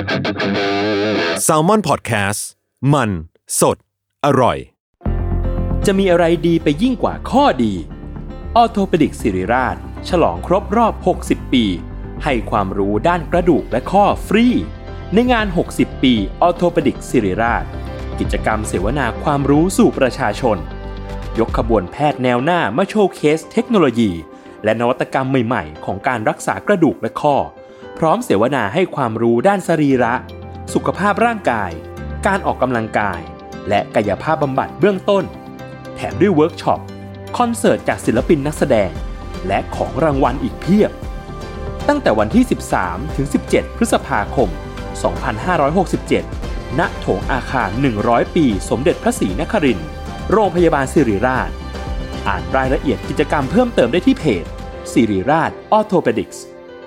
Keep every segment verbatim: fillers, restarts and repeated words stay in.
Salmon Podcast มันสดอร่อยจะมีอะไรดีไปยิ่งกว่าข้อดีออร์โธเปดิกศิริราชฉลองครบรอบหกสิบปีให้ความรู้ด้านกระดูกและข้อฟรีในงานหกสิบปีออร์โธเปดิกศิริราชกิจกรรมเสวนาความรู้สู่ประชาชนยกขบวนแพทย์แนวหน้ามาโชว์เคสเทคโนโลยีและนวัตกรรมใหม่ๆของการรักษากระดูกและข้อพร้อมเสวนาให้ความรู้ด้านสรีระสุขภาพร่างกายการออกกำลังกายและกายภาพบำบัดเบื้องต้นแถมด้วยเวิร์กช็อปคอนเสิร์ตจากศิลปินนักแสดงและของรางวัลอีกเพียบตั้งแต่วันที่สิบสามถึงสิบเจ็ดพฤษภาคมสองพันห้าร้อยหกสิบเจ็ดณโถงอาคารหนึ่งร้อยปีสมเด็จพระศรีนครินทร์โรงพยาบาลศิริราชอ่านรายละเอียดกิจกรรมเพิ่มเติมได้ที่เพจศิริราชออร์โธเปดิกส์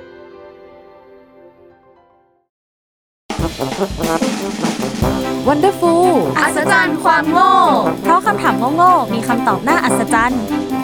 Wonderful อัศจรรย์ความโง่เพราะคำถามโง่ๆมีคำตอบน่าอัศจรรย์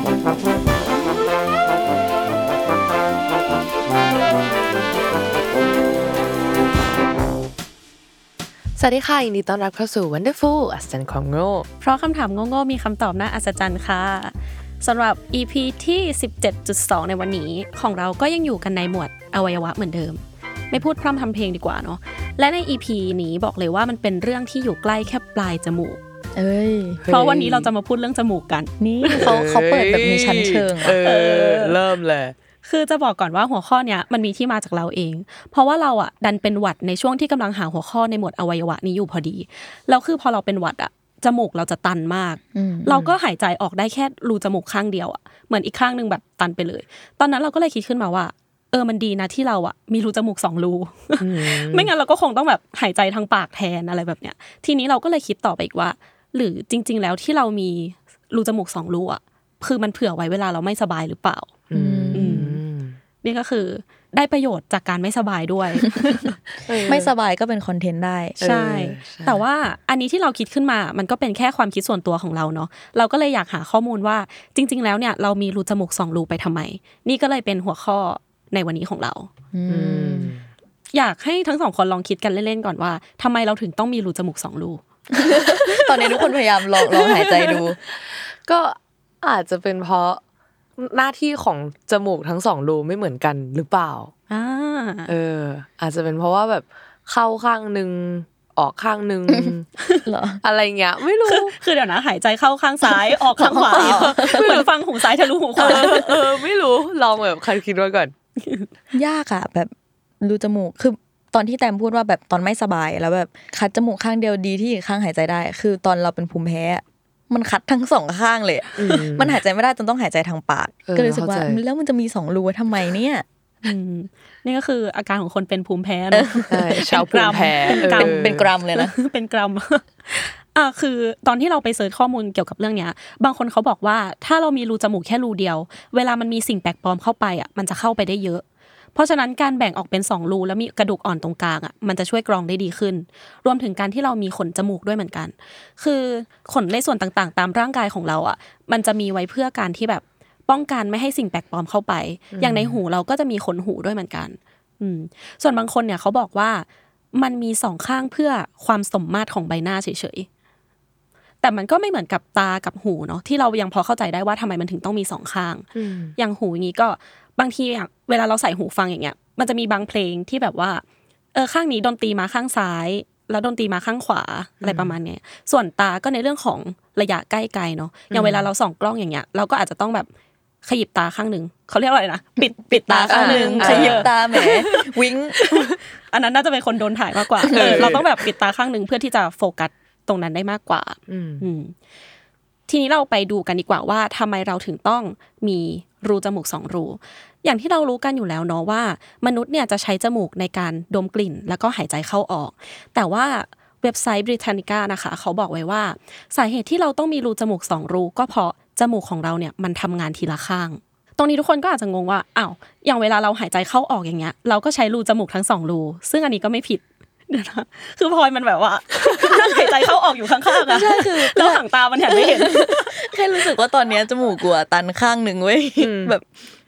สวัสดีค่ะยินดีต้อนรับเข้าสู่ Wonderful อัศจรรย์ความโง่เพราะคำถามโง่ๆมีคำตอบน่าอัศจรรย์ค่ะสำหรับ อี พี ที่ สิบเจ็ดจุดสอง ในวันนี้ของเราก็ยังอยู่กันในหมวดอวัยวะเหมือนเดิมไม่พูดพร่ำทำเพลงดีกว่าเนาะและใน อี พี นี้บอกเลยว่ามันเป็นเรื่องที่อยู่ใกล้แค่ปลายจมูกเอ้ยเพราะวันนี้เราจะมาพูดเรื่องจมูกกันนี่เขาเขาเปิดแบบมีชั้นเชิงเออเริ่มเลยคือจะบอกก่อนว่าหัวข้อเนี้ยมันมีที่มาจากเราเองเพราะว่าเราอ่ะดันเป็นหวัดในช่วงที่กำลังหาหัวข้อในหมวดอวัยวะนี้อยู่พอดีแล้วคือพอเราเป็นหวัดอ่ะจมูกเราจะตันมากเราก็หายใจออกได้แค่รูจมูกข้างเดียวอ่ะเหมือนอีกข้างนึงแบบตันไปเลยตอนนั้นเราก็เลยคิดขึ้นมาว่าเออมันดีนะที่เราอ่ะมีรูจมูกสองรูไม่งั้นเราก็คงต้องแบบหายใจทางปากแทนอะไรแบบเนี้ยทีนี้เราก็เลยคิดต่อไปอีกว่าหรือจริงๆแล้วที่เรามีรูจมูกสองรูอ่ะคือมันเผื่อไว้เวลาเราไม่สบายหรือเปล่านี่ก็คือได้ประโยชน์จากการไม่สบายด้วยไม่สบายก็เป็นคอนเทนต์ได้ใช่แต่ว่าอันนี้ที่เราคิดขึ้นมามันก็เป็นแค่ความคิดส่วนตัวของเราเนาะเราก็เลยอยากหาข้อมูลว่าจริงๆแล้วเนี่ยเรามีรูจมูกสองรูไปทำไมนี่ก็เลยเป็นหัวข้อในวันนี้ของเราอยากให้ทั้งสองคนลองคิดกันเล่นๆก่อนว่าทำไมเราถึงต้องมีรูจมูกสองรูตอนนี้ทุกคนพยายามลองลองหายใจดูก็อาจจะเป็นเพราะหน้าที่ของจมูกทั้งสองรูไม่เหมือนกันหรือเปล่าอ่าเอออาจจะเป็นเพราะว่าแบบเข้าข้างนึงออกข้างนึงเหรออะไรเงี้ยไม่รู้คือเดี๋ยวนะหายใจเข้าข้างซ้ายออกข้างขวาเหมือนฟังหูซ้ายทะลุหูขวาเออไม่รู้ลองแบบใครคิดว่าก่อนยากอ่ะแบบรูจมูกคือตอนที่แตมพูดว่าแบบตอนไม่สบายแล้วแบบคัดจมูกข้างเดียวดีที่อีกข้างหายใจได้คือตอนเราเป็นภูมิแพ้มันคัดทั้งสองข้างเลยมันหายใจไม่ได้จนต้องหายใจทางปากก็เลยรู้สึกว่าแล้วมันจะมีสองรูทำไมเนี่ยนี่ก็คืออาการของคนเป็นภูมิแพ้เนาะชาวภูมิแพ้เป็นเป็นกรัมเลยนะเป็นกรัมอ่ะคือตอนที่เราไปเสิร์ชข้อมูลเกี่ยวกับเรื่องเนี้ยบางคนเขาบอกว่าถ้าเรามีรูจมูกแค่รูเดียวเวลามันมีสิ่งแปลกปลอมเข้าไปอ่ะมันจะเข้าไปได้เยอะเพราะฉะนั้นการแบ่งออกเป็นสองรูแล้วมีกระดูกอ่อนตรงกลางอ่ะมันจะช่วยกรองได้ดีขึ้นรวมถึงการที่เรามีขนจมูกด้วยเหมือนกันคือขนในส่วนต่างๆตามร่างกายของเราอ่ะมันจะมีไว้เพื่อการที่แบบป้องกันไม่ให้สิ่งแปลกปลอมเข้าไปอย่างในหูเราก็จะมีขนหูด้วยเหมือนกันอืมส่วนบางคนเนี่ยเขาบอกว่ามันมีสองข้างเพื่อความสมมาตรของใบหน้าเฉยๆแต่มันก็ไม่เหมือนกับตากับหูเนาะที่เรายังพอเข้าใจได้ว่าทำไมมันถึงต้องมีสองข้างอย่างหูอย่างนี้ก็บางทีอย่างเวลาเราใส่หูฟังอย่างเงี้ยมันจะมีบางเพลงที่แบบว่าเออข้างนี้ดนตรีมาข้างซ้ายแล้วดนตรีมาข้างขวาอะไรประมาณนี้ส่วนตาก็ในเรื่องของระยะใกล้ไกลเนาะอย่างเวลาเราส่องกล้องอย่างเงี้ยเราก็อาจจะต้องแบบขยิบตาข้างนึงเขาเรียกว่าอะไรนะปิดปิดตาข้างนึงขยิบตาแหมวิ้งอันนั้นน่าจะเป็นคนโดนถ่ายมากกว่าเออเราต้องแบบปิดตาข้างนึงเพื่อที่จะโฟกัสตรงนั้นได้มากกว่าอืมทีนี้เราไปดูกันดีกว่าว่าทำไมเราถึงต้องมีรูจมูกสองรูอย่างที่เรารู้กันอยู่แล้วเนาะว่ามนุษย์เนี่ยจะใช้จมูกในการดมกลิ่นแล้วก็หายใจเข้าออกแต่ว่าเว็บไซต์ Britannica นะคะเขาบอกไว้ว่าสาเหตุที่เราต้องมีรูจมูกสองรูก็เพราะจมูกของเราเนี่ยมันทำงานทีละข้างตรงนี้ทุกคนก็อาจจะงงว่าอ้าวอย่างเวลาเราหายใจเข้าออกอย่างเงี้ยเราก็ใช้รูจมูกทั้งสองรูซึ่งอันนี้ก็ไม่ผิดเดี๋ยวนะคือพลอยมันแบบว่าหายใจเข้าออกอยู่ข้างๆอ่ะใช่คือแล้วหางตามันเห็นไม่เห็นแค่รู้สึกว่าตอนนี้จมูกกูตันข้างนึงเว้ยแบบ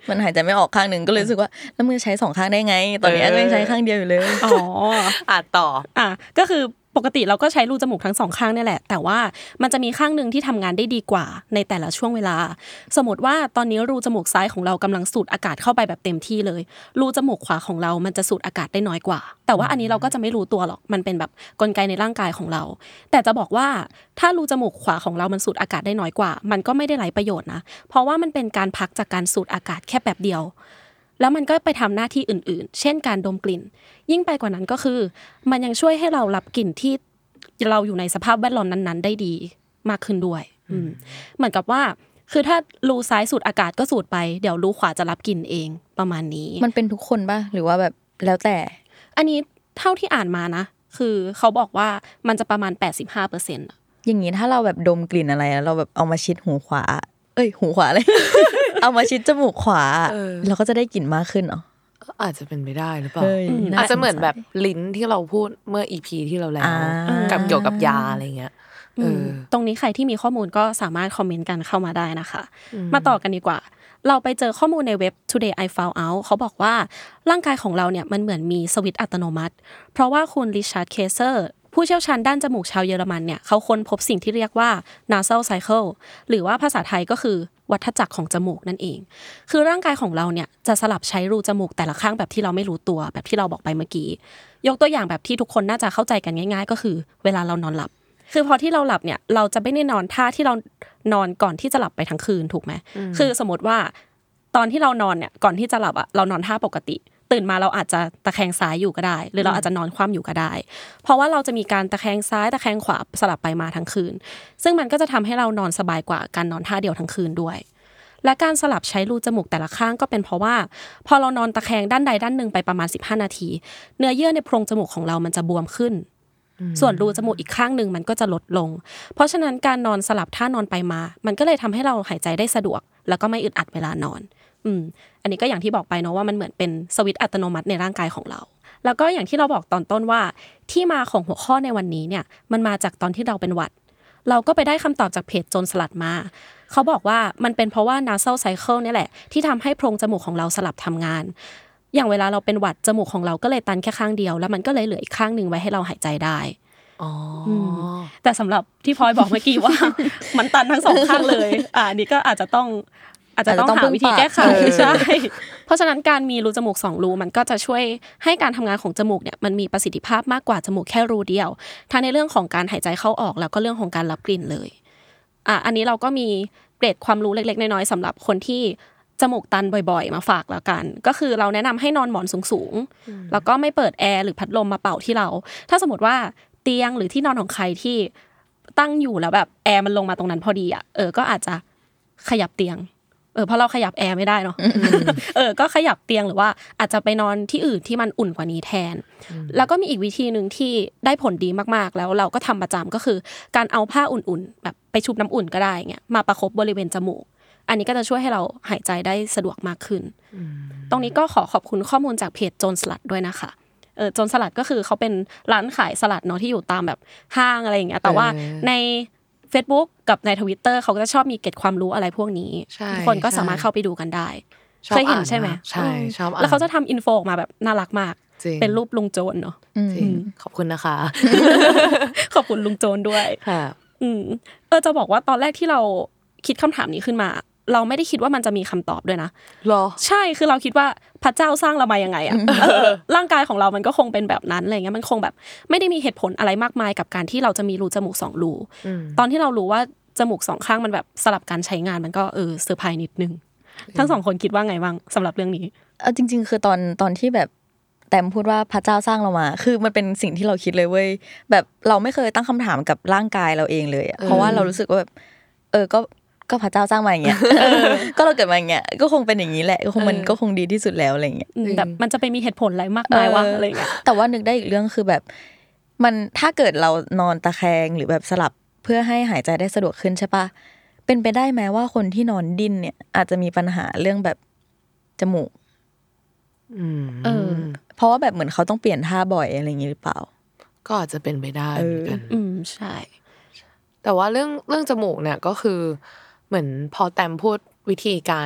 มันหายใจไม่ออกข้างนึงก็เลยรู้สึกว่าแล้วมึงใช้สองข้างได้ไงตอนนี้ก็ยังใช้ข้างเดียวอยู่เลยอ๋ออ่ะต่ออ่ะก็คือปกติเราก็ใช้รูจมูกทั้งสองข้างนี่แหละแต่ว่ามันจะมีข้างนึงที่ทำงานได้ดีกว่าในแต่ละช่วงเวลาสมมติว่าตอนนี้รูจมูกซ้ายของเรากำลังสูดอากาศเข้าไปแบบเต็มที่เลยรูจมูกขวาของเรามันจะสูดอากาศได้น้อยกว่าแต่ว่าอันนี้เราก็จะไม่รู้ตัวหรอกมันเป็นแบบกลไกในร่างกายของเราแต่จะบอกว่าถ้ารูจมูกขวาของเรามันสูดอากาศได้น้อยกว่ามันก็ไม่ได้ไร้ประโยชน์นะเพราะว่ามันเป็นการพักจากการสูดอากาศแค่แบบเดียวแล้วมันก็ไปทำหน้าที่อื่นๆเช่นการดมกลิ่นยิ่งไปกว่านั้นก็คือมันยังช่วยให้เรารับกลิ่นที่เราอยู่ในสภาพแวดล้อมนั้นๆได้ดีมากขึ้นด้วยเหมือนกับว่าคือถ้ารูซ้ายสูดอากาศก็สูดไปเดี๋ยวรูขวาจะรับกลิ่นเองประมาณนี้มันเป็นทุกคนป่ะหรือว่าแบบแล้วแต่อันนี้เท่าที่อ่านมานะคือเขาบอกว่ามันจะประมาณ แปดสิบห้าเปอร์เซ็นต์อย่างนี้ถ้าเราแบบดมกลิ่นอะไรเราแบบเอามาชิดหูขวาเอ้ยหูขวาเลย เอามาชิดจมูกขวาเราก็จะได้กลิ่นมากขึ้นเหรออาจจะเป็นไปได้หรือเปล่าอาจจะเหมือนแบบลิ้นที่เราพูดเมื่อ อี พี ที่เราแล้วกับเกี่ยวกับยาอะไรเงี้ยตรงนี้ใครที่มีข้อมูลก็สามารถคอมเมนต์กันเข้ามาได้นะคะมาต่อกันดีกว่าเราไปเจอข้อมูลในเว็บ Today I Found Out เขาบอกว่าร่างกายของเราเนี่ยมันเหมือนมีสวิตช์อัตโนมัติเพราะว่าคุณริชาร์ดเคเซอร์ผู้เชี่ยวชาญด้านจมูกชาวเยอรมันเนี่ยเขาค้นพบสิ่งที่เรียกว่า nasal cycle หรือว่าภาษาไทยก็คือวัฏจักรของจมูกนั่นเองคือร่างกายของเราเนี่ยจะสลับใช้รูจมูกแต่ละข้างแบบที่เราไม่รู้ตัวแบบที่เราบอกไปเมื่อกี้ยกตัวอย่างแบบที่ทุกคนน่าจะเข้าใจกันง่ายๆก็คือเวลาเรานอนหลับคือพอที่เราหลับเนี่ยเราจะไม่ได้นอนท่าที่เรานอนก่อนที่จะหลับไปทั้งคืนถูกไหมคือสมมติว่าตอนที่เรานอนเนี่ยก่อนที่จะหลับอ่ะเรานอนท่าปกติตื่นมาเราอาจจะตะแคงซ้ายอยู่ก็ได้หรือเราอาจจะนอนคว่ำอยู่ก็ได้เพราะว่าเราจะมีการตะแคงซ้ายตะแคงขวาสลับไปมาทั้งคืนซึ่งมันก็จะทำให้เรานอนสบายกว่าการนอนท่าเดียวทั้งคืนด้วยและการสลับใช้รูจมูกแต่ละข้างก็เป็นเพราะว่าพอเรานอนตะแคงด้านใดด้านหนึ่งไปประมาณสิบห้านาทีเนื้อเยื่อในโพรงจมูกของเรามันจะบวมขึ้นส่วนรูจมูกอีกข้างนึงมันก็จะลดลงเพราะฉะนั้นการนอนสลับท่านอนไปมามันก็เลยทำให้เราหายใจได้สะดวกแล้วก็ไม่อึดอัดเวลานอนอืมอันนี้ก็อย่างที่บอกไปเนาะว่ามันเหมือนเป็นสวิตช์อัตโนมัติในร่างกายของเราแล้วก็อย่างที่เราบอกตอนต้นว่าที่มาของหัวข้อในวันนี้เนี่ยมันมาจากตอนที่เราเป็นหวัดเราก็ไปได้คำตอบจากเพจโจนสลัดมาเขาบอกว่ามันเป็นเพราะว่า nasal cycle เนี่ยแหละที่ทำให้โพรงจมูกของเราสลับทำงานอย่างเวลาเราเป็นหวัดจมูกของเราก็เลยตันแค่ข้างเดียวแล้วมันก็เลยเหลืออีกข้างนึงไว้ให้เราหายใจได้อ๋อแต่สำหรับที่พลอยบอกเมื่อกี้ว่า มันตันทั้งสองข้างเลยอ่านี่ก็อาจจะต้องอาจจะต้องหาวิธีแก้ไขใช่เพราะฉะนั้นการมีรูจมูกสองรูมันก็จะช่วยให้การทำงานของจมูกเนี่ยมันมีประสิทธิภาพมากกว่าจมูกแค่รูเดียวทั้งในเรื่องของการหายใจเข้าออกแล้วก็เรื่องของการรับกลิ่นเลยอ่ะอันนี้เราก็มีเกร็ดความรู้เล็กๆน้อยๆสำหรับคนที่จมูกตันบ่อยๆมาฝากแล้วกันก็คือเราแนะนำให้นอนหมอนสูงๆแล้วก็ไม่เปิดแอร์หรือพัดลมมาเป่าที่เราถ้าสมมติว่าเตียงหรือที่นอนของใครที่ตั้งอยู่แล้วแบบแอร์มันลงมาตรงนั้นพอดีอ่ะเออก็อาจจะขยับเตียงเออเพราะเราขยับแอร์ไม่ได้เนาะเออก็ขยับเตียงหรือว่าอาจจะไปนอนที่อื่นที่มันอุ่นกว่านี้แทนแล้วก็มีอีกวิธีนึงที่ได้ผลดีมากๆแล้วเราก็ทำประจำก็คือการเอาผ้าอุ่นๆแบบไปชุบน้ำอุ่นก็ได้เงี้ยมาประคบบริเวณจมูกอันนี้ก็จะช่วยให้เราหายใจได้สะดวกมากขึ้นตรงนี้ก็ขอขอบคุณข้อมูลจากเพจโจนสลัดด้วยนะคะเออโจนสลัดก็คือเขาเป็นร้านขายสลัดเนาะที่อยู่ตามแบบห้างอะไรอย่างเงี้ยแต่ว่าในFacebook กับใน Twitter เขาก็จะชอบมีเกร็ดความรู้อะไรพวกนี้ทุกคนก็สามารถเข้าไปดูกันได้เคยเห็นใช่ไหมใช่ชอบอ่านแล้วเขาจะทำอินโฟออกมาแบบน่ารักมากเป็นรูปลุงโจนเนาะจริงขอบคุณนะคะขอบคุณลุงโจนด้วยค่ะอืมเออจะบอกว่าตอนแรกที่เราคิดคำถามนี้ขึ้นมาเราไม่ได้คิดว่ามันจะมีคำตอบด้วยนะหรอใช่คือเราคิดว่าพระเจ้าสร้างเรามายังไงอ่ะร่างกายของเรามันก็คงเป็นแบบนั้นอะไรเงี้ยมันคงแบบไม่ได้มีเหตุผลอะไรมากมายกับการที่เราจะมีรูจมูกสองรูตอนที่เรารู้ว่าจมูกสองข้างมันแบบสลับการใช้งานมันก็เออเซอร์ไพรส์นิดนึงทั้งสองคนคิดว่าไงบ้างสำหรับเรื่องนี้เอาจริงๆคือตอนตอนที่แบบแต้มพูดว่าพระเจ้าสร้างเรามาคือมันเป็นสิ่งที่เราคิดเลยเว้ยแบบเราไม่เคยตั้งคำถามกับร่างกายเราเองเลยเพราะว่าเรารู้สึกว่าแบบเออก็ก็พระเจ้าสร้างมาอย่างเงี้ยก็เราเกิดมาอย่างเงี้ยก็คงเป็นอย่างนี้แหละก็คงมันก็คงดีที่สุดแล้วอะไรเงี้ยแบบมันจะไปมีเหตุผลอะไรมากมายวะอะไรเงี้ยแต่ว่านึกได้อีกเรื่องคือแบบมันถ้าเกิดเรานอนตะแคงหรือแบบสลับเพื่อให้หายใจได้สะดวกขึ้นใช่ปะเป็นไปได้ไหมว่าคนที่นอนดิ้นเนี่ยอาจจะมีปัญหาเรื่องแบบจมูกเออเพราะว่าแบบเหมือนเขาต้องเปลี่ยนท่าบ่อยอะไรอย่างงี้หรือเปล่าก็อาจจะเป็นไปได้เหมือนกันอืมใช่แต่ว่าเรื่องเรื่องจมูกเนี่ยก็คือเหมือนพอแต้มพูดวิธีการแบบ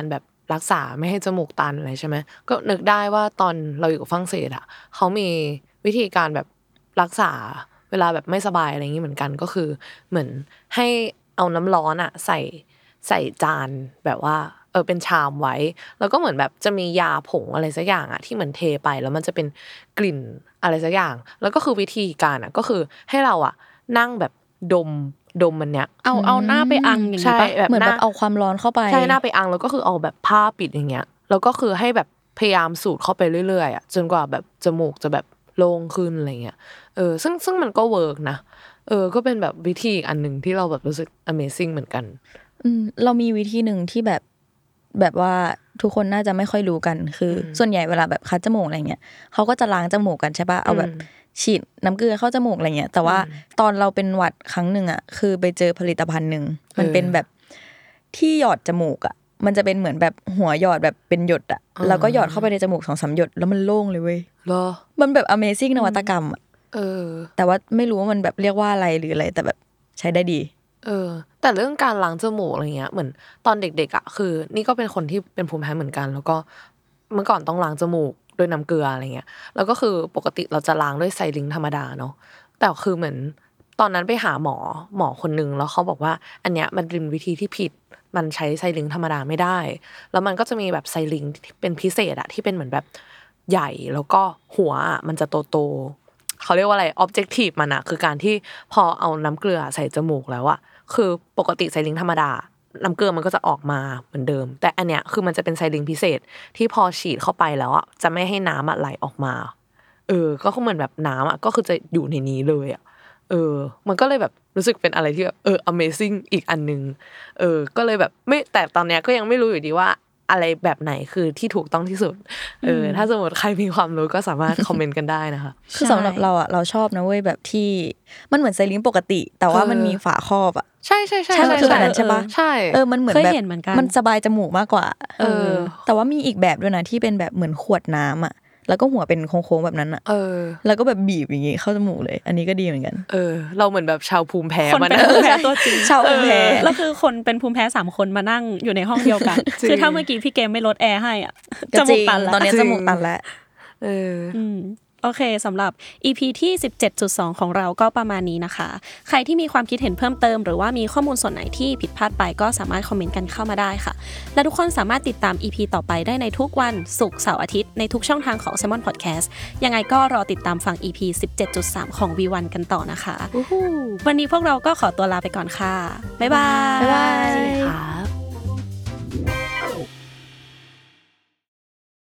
รักษาไม่ให้จมูกตันอะไรใช่ไหมก็นึกได้ว่าตอนเราอยู่กับฝรั่งเศสอ่ะเขามีวิธีการแบบรักษาเวลาแบบไม่สบายอะไรอย่างนี้เหมือนกันก็คือเหมือนให้เอาน้ำร้อนอ่ะใส่ใส่จานแบบว่าเออเป็นชามไว้แล้วก็เหมือนแบบจะมียาผงอะไรสักอย่างอ่ะที่เหมือนเทไปแล้วมันจะเป็นกลิ่นอะไรสักอย่างแล้วก็คือวิธีการอ่ะก็คือให้เราอ่ะนั่งแบบดมดมมันเนี้ยเอาเอาหน้าไปอังอย่างนี้ป่ะเหมือนแบบเอาความร้อนเข้าไปใช่หน้าไปอังแล้วก็คือเอาแบบผ้าปิดอย่างเงี้ยแล้วก็คือให้แบบพยายามสูดเข้าไปเรื่อยๆอ่ะจนกว่าแบบจมูกจะแบบโล่งขึ้นอะไรเงี้ยเออซึ่งซึ่งมันก็เวิร์กนะเออก็เป็นแบบวิธีอีกอันนึงที่เราแบบรู้สึก Amazing เหมือนกันอืมเรามีวิธีนึงที่แบบแบบว่าทุกคนน่าจะไม่ค่อยรู้กันคือส่วนใหญ่เวลาแบบคัดจมูกอะไรเงี้ยเขาก็จะล้างจมูกกันใช่ป่ะเอาแบบฉีดน้ำเกลือเข้าจมูกอะไรเงี้ยแต่ว่าตอนเราเป็นหวัดครั้งนึงอ่ะคือไปเจอผลิตภัณฑ์นึงมันเป็นแบบที่หยอดจมูกอ่ะมันจะเป็นเหมือนแบบหัวหยอดแบบเป็นหยดอ่ะแล้วก็หยอดเข้าไปในจมูก สองสาม หยดแล้วมันโล่งเลยเว้ยเหรอมันแบบ Amazing นวัตกรรมอ่ะเออแต่ว่าไม่รู้ว่ามันแบบเรียกว่าอะไรหรืออะไรแต่แบบใช้ได้ดีเออแต่เรื่องการล้างจมูกอะไรเงี้ยเหมือนตอนเด็กๆอ่ะคือนี่ก็เป็นคนที่เป็นภูมิแพ้เหมือนกันแล้วก็เมื่อก่อนต้องล้างจมูกด้วยน้ำเกลืออะไรเงี้ยแล้วก็คือปกติเราจะล้างด้วยไซลิงธรรมดาเนาะแต่คือเหมือนตอนนั้นไปหาหมอหมอคนนึงแล้วเขาบอกว่าอันเนี้ยมันเป็นวิธีที่ผิดมันใช้ไซลิงธรรมดาไม่ได้แล้วมันก็จะมีแบบไซลิงที่เป็นพิเศษอะที่เป็นเหมือนแบบใหญ่แล้วก็หัวมันจะโตๆเขาเรียกว่าอะไร objective มันอะคือการที่พอเอาน้ำเกลือใส่จมูกแล้วอะคือปกติไซลิงธรรมดาน้ำเกลือมันก็จะออกมาเหมือนเดิมแต่อันเนี้ยคือมันจะเป็นไซลิงพิเศษที่พอฉีดเข้าไปแล้วอ่ะจะไม่ให้น้ำอ่ะไหลออกมาเออก็คือเหมือนแบบน้ำอ่ะก็คือจะอยู่ในนี้เลยอ่ะเออมันก็เลยแบบรู้สึกเป็นอะไรที่แบบเออ Amazing อีกอันนึงเออก็เลยแบบไม่แต่ตอนเนี้ยก็ยังไม่รู้อยู่ดีว่าอะไรแบบไหนคือที่ถูกต้องที่สุดเออถ้าสมมติใครมีความรู้ก็สามารถคอมเมนต์กันได้นะคะคือสำหรับเราอ่ะเราชอบนะเว้ยแบบที่มันเหมือนไซลิงปกติแต่ว่ามันมีฝาครอบอ่ะใช่ใช่ใช่ใช่คืออันนั้นใช่ปะใช่เออมันเหมือนแบบมันสบายจมูกมากกว่าเออแต่ว่ามีอีกแบบด้วยนะที่เป็นแบบเหมือนขวดน้ำอ่ะแล้วก็หัวเป็นโค้งๆแบบนั้นอ่ะเออแล้วก็แบบบีบอย่างงี้เข้าจมูกเลยอันนี้ก็ดีเหมือนกันเออเราเหมือนแบบชาวภูมิแพ้คนเป็นภูมิแพ้ตัวจริงชาวภูมิแพ้แล้วคือคนเป็นภูมิแพ้สามคนมานั่งอยู่ในห้องเดียวกันคือถ้าเมื่อกี้พี่เกมไม่ลดแอร์ให้อ่ะจมูกตันแล้วตอนนี้จมูกตันแล้วเออโอเคสำหรับ อี พี ที่ สิบเจ็ดจุดสอง ของเราก็ประมาณนี้นะคะใครที่มีความคิดเห็นเพิ่มเติมหรือว่ามีข้อมูลส่วนไหนที่ผิดพลาดไปก็สามารถคอมเมนต์กันเข้ามาได้ค่ะและทุกคนสามารถติดตาม อี พี ต่อไปได้ในทุกวันศุกร์เสาร์อาทิตย์ในทุกช่องทางของ Salmon Podcast ยังไงก็รอติดตามฟัง อี พี สิบเจ็ดจุดสาม ของ วี วัน กันต่อนะคะวันนี้พวกเราก็ขอตัวลาไปก่อนค่ะบ๊ายบายบ๊ายบาย